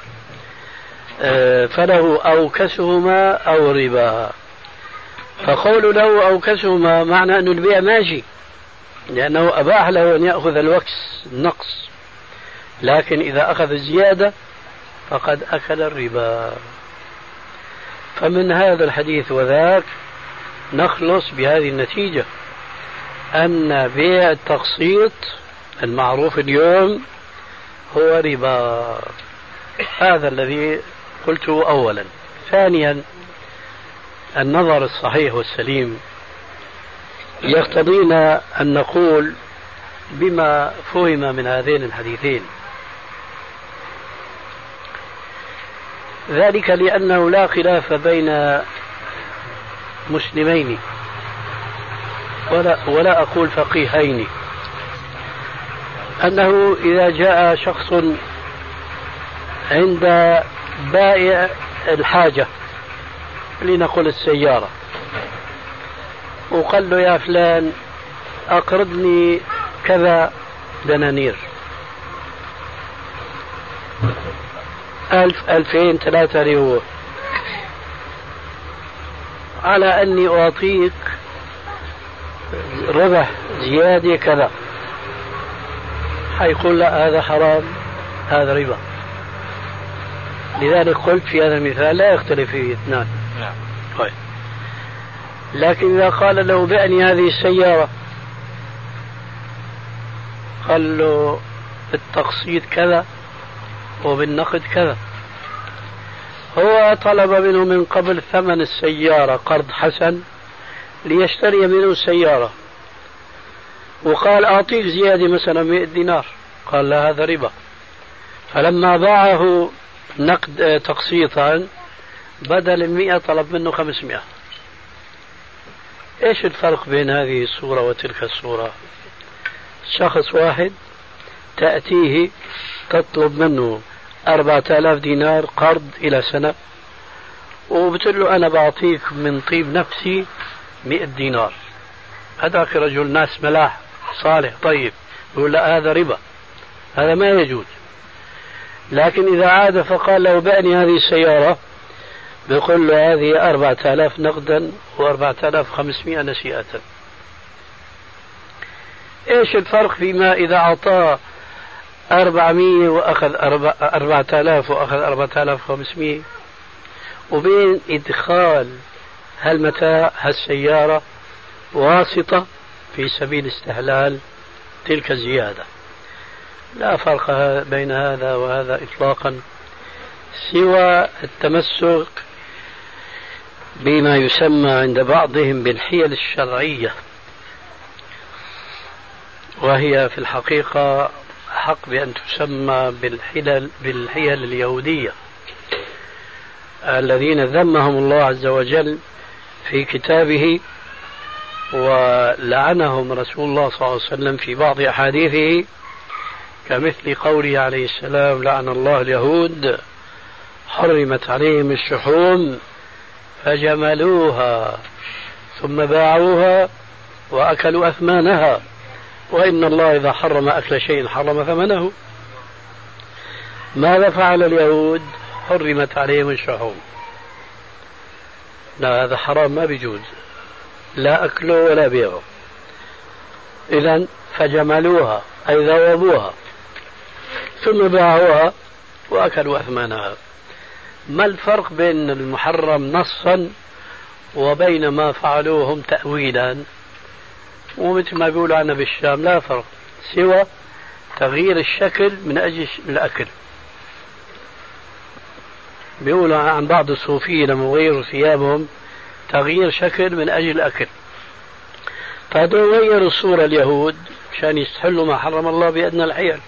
فله أوكسهما أو ربا. فقول له أوكسهما معنى أن البيع ماشي، لأنه أباح له أن يأخذ الوكس النقص، لكن إذا أخذ الزيادة فقد أكل الربا. فمن هذا الحديث وذاك نخلص بهذه النتيجة، أن بيع التقسيط المعروف اليوم هو ربا. هذا الذي قلته أولا. ثانيا، النظر الصحيح والسليم يقتضينا أن نقول بما فهم من هذين الحديثين، ذلك لأنه لا خلاف بين مسلمين ولا أقول فقيهين، أنه إذا جاء شخص عند بائع الحاجة لنقل السيارة وقال له: يا فلان أقرضني كذا دنانير، 1000 2000 3 ريال، على أني أعطيك ربح زيادة كذا. حيقول: لا، هذا حرام، هذا ربا. لذلك قلت في هذا المثال لا يختلف فيه اثنان. طيب. لكن إذا قال له: بعني هذه السيارة، قال له بالتقسيط كذا وبالنقد كذا، هو طلب منه من قبل ثمن السيارة قرض حسن ليشتري منه السيارة، وقال: أعطيك زيادة مثلا 100 دينار، قال: لا، هذا ربا. فلما باعه نقد تقسيطا بدل 100 طلب منه 500. ايش الفرق بين هذه الصورة وتلك الصورة؟ شخص واحد تأتيه تطلب منه 4,000 دينار قرض إلى سنة، وبتقول له أنا بعطيك من طيب نفسي 100 دينار. هذاك رجل ناس ملاح صالح طيب، يقول لا هذا ربا، هذا ما يجوز. لكن إذا عاد فقال له بأني هذه السيارة، بيقول له هذه 4,000 نقدا و4,500 نسيئة. ايش الفرق فيما إذا أعطاه 400 وأخذ 4,000 وأخذ 4,500 وبين إدخال هالمتاع هالسيارة واسطة في سبيل استهلال تلك الزيادة؟ لا فرق بين هذا وهذا إطلاقا، سوى التمسك بما يسمى عند بعضهم بالحيل الشرعية، وهي في الحقيقة حق بأن تسمى بالحيل اليهودية الذين ذمهم الله عز وجل في كتابه، ولعنهم رسول الله صلى الله عليه وسلم في بعض أحاديثه، كمثل قوله عليه السلام: لعن الله اليهود حرمت عليهم الشحوم فجملوها ثم باعوها وأكلوا أثمانها، وإن الله إذا حرم أكل شيء حرم ثمنه. ماذا فعل اليهود؟ حرمت عليهم الشحوم. لا، هذا حرام ما بيجوز، لا أكله ولا بيعه. إذن فجملوها أي ذوبوها ثم باعوها وأكلوا أثمانها. ما الفرق بين المحرم نصا وبين ما فعلوه هم تأويلا؟ ومثل ما بيقولوا عنا بالشام لا فرق سوى تغيير الشكل من أجل الأكل. بيقولوا عن بعض الصوفية لما غيروا ثيابهم تغيير شكل من أجل الأكل. فهذول غيروا الصورة اليهود عشان يستحلوا ما حرم الله بأدنى الحيل.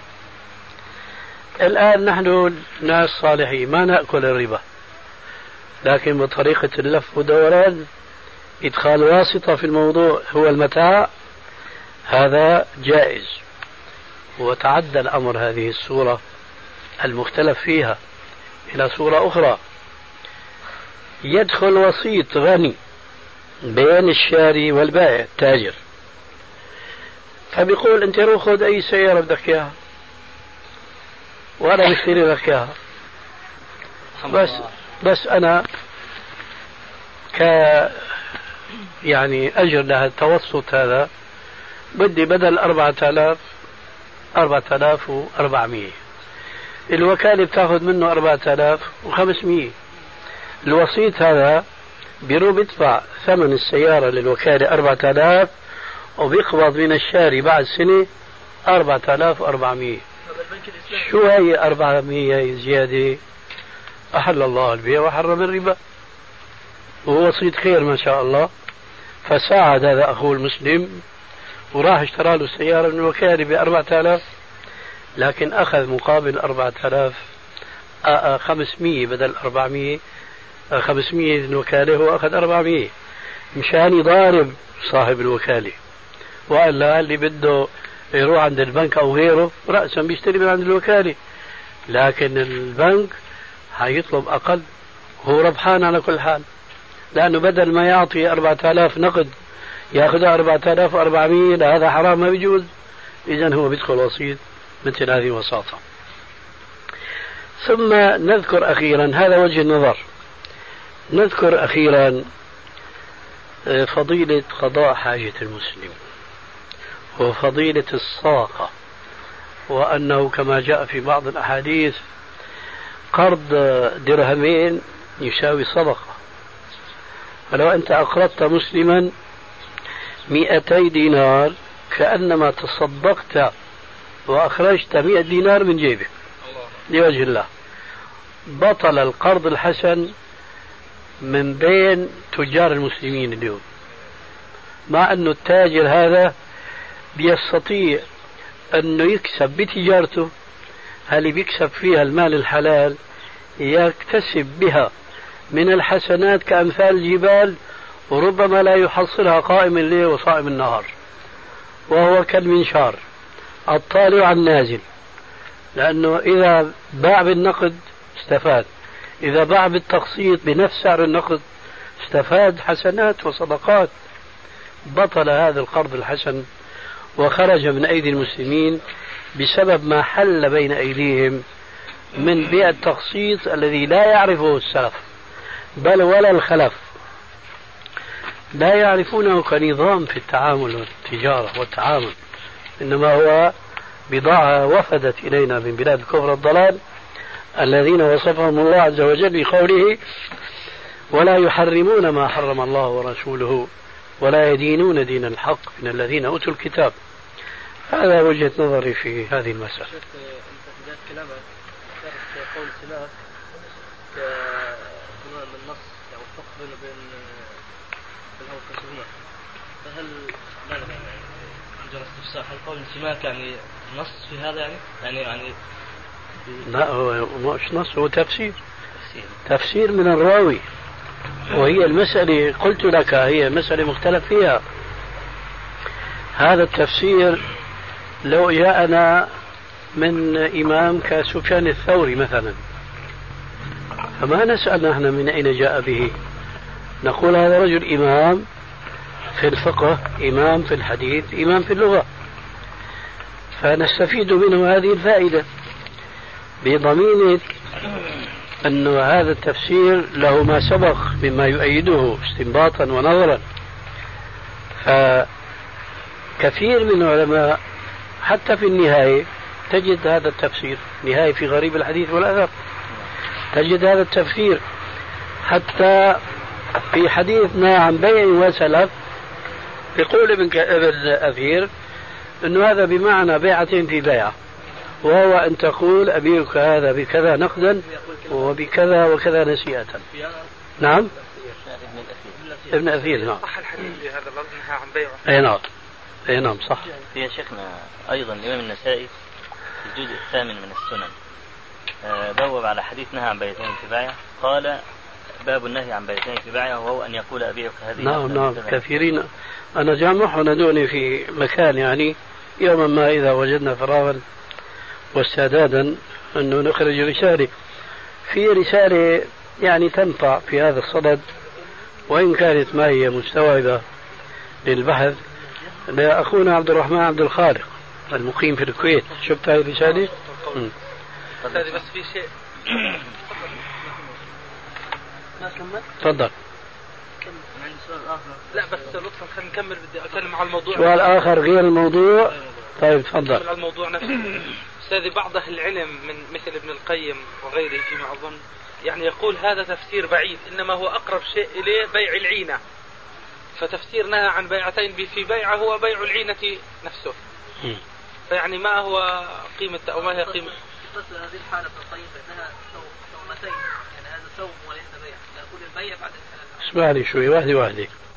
الآن نحن ناس صالحين ما نأكل الربا، لكن بطريقة اللف ودوران إدخال واسطة في الموضوع هو المتاع، هذا جائز. وتعدى الأمر هذه الصورة المختلف فيها إلى صورة أخرى، يدخل وسيط غني بين الشاري والبائع التاجر، فبيقول أنت روح خذ أي سيارة بدك إياها وأنا بشتري لك إياها، بس أنا يعني أجر لها التوسط هذا بدي بدل 4,400. الوكالة بتاخذ منه 4,500. الوسيط هذا بيدفع ثمن السيارة للوكالة 4,000 وبيقبض من الشاري بعد سنة 4,400. شو هي 400 زيادة؟ أحل الله البيع وحرم الربا، وهو وسيط خير ما شاء الله. فساعد هذا أخوه المسلم وراح اشترى له السيارة من الوكالة ب4,000، لكن أخذ مقابل 4,500 بدل 400. 500 الوكالة هو أخذ 400 مشان يضارب صاحب الوكالة، وقال اللي بده يروح عند البنك أو غيره رأسا بيشتري من عند الوكالة، لكن البنك هيطلب أقل، هو ربحان على كل حال، لأنه بدل ما يعطي 4,000 نقد يأخذ 4,400. لا، هذا حرام ما بيجوز. إذن هو بيدخل وسيط مثل هذه وساطة. ثم نذكر أخيرا، هذا وجه النظر، نذكر أخيرا فضيلة قضاء حاجة المسلم وفضيلة الصدقة، وأنه كما جاء في بعض الأحاديث قرض درهمين يساوي صدقة. فلو أنت أقرضت مسلما 200 دينار كأنما تصدقت وأخرجت 100 دينار من جيبك لوجه الله. بطل القرض الحسن من بين تجار المسلمين اليوم، مع أن التاجر هذا بيستطيع أنه يكسب بتجارته، هل بيكسب فيها المال الحلال يكتسب بها من الحسنات كأمثال الجبال، وربما لا يحصلها قائم الليل وصائم النهار، وهو كالمنشار الطالع النازل. لأنه إذا باع بالنقد استفاد، إذا باع بالتقسيط بنفس سعر النقد استفاد حسنات وصدقات. بطل هذا القرض الحسن وخرج من أيدي المسلمين بسبب ما حل بين أيديهم من بيع التقسيط الذي لا يعرفه السلف بل ولا الخلف، لا يعرفونه كنظام في التعامل والتجارة والتعامل، إنما هو بضاعة وفدت إلينا من بلاد الكفر والضلال الذين وصفهم الله عز وجل بقوله ولا يحرمون ما حرم الله ورسوله ولا يدينون دين الحق من الذين أوتوا الكتاب. هذا وجهة نظري في هذه المسألة. انت في بداية كلامك ذكرت قول السلاف كنوع من النص يعني الفرق بينه وبين الهوى الكسرية، فهل ماذا مجرد استفسار هل قول السماك يعني نص في هذا يعني لا هو مش نص، هو تفسير من الراوي، وهي المسألة قلت لك هي مسألة مختلف فيها. هذا التفسير لو جاءنا من إمام كسفيان الثوري مثلا فما نسأل نحن من أين جاء به، نقول هذا رجل إمام في الفقه، إمام في الحديث، إمام في اللغة، فنستفيد منه هذه الفائدة بضمينة أن هذا التفسير له ما سبق مما يؤيده استنباطا ونظرا. فكثير من العلماء حتى في النهاية تجد هذا التفسير، نهاية في غريب الحديث والأثر تجد هذا التفسير، حتى في حديثنا عن بيع وسلف يقول ابن أثير أنه هذا بمعنى بيعتين في بيعة، وهو أن تقول أبيعك هذا بكذا نقدا وبكذا وكذا نسيئة. نعم ابن أثير. نعم صح الحديث بهذا اللفظ نهى عن بيعه. أي نعم صح. يا شيخنا أيضا الإمام النسائي في الجزء الثامن من السنن بوب على حديث نهى عن بيعتين في بيعة، قال باب النهي عن بيعتين في بيعة وهو أن يقول أبيعك هذه. نعم كثيرين. أنا جامعه ندوني في مكان يعني يوما ما إذا وجدنا فراغا واستعدادا أنه نخرج رسالة، في رسالة يعني تنفع في هذا الصدد وإن كانت ما هي مستوعبة للبحث، لأخونا عبد الرحمن عبد الخالق المقيم في الكويت. شفت هذه الرسالة؟ بس في شيء ما كمل؟ تفضل. عندي سؤال آخر. لا بس لطفا خلينا نكمل، بدي أتكلم على الموضوع. سؤال آخر غير الموضوع؟ طيب تفضل. على الموضوع نفسه. أستاذي بعض أهل العلم من مثل ابن القيم وغيره فيما أظن يعني يقول هذا تفسير بعيد، إنما هو أقرب شيء إليه بيع العينة، فتفسير نهى عن بيعتين في بيعة هو بيع العينة نفسه. فيعني ما هو قيمة أو ما هي قيمة مثل هذه الحالة في القيم أنها صومتين، يعني هذا صوم وليس بيع، نقول البيع بعد الثلاثة. اسمع لي شوي واحدة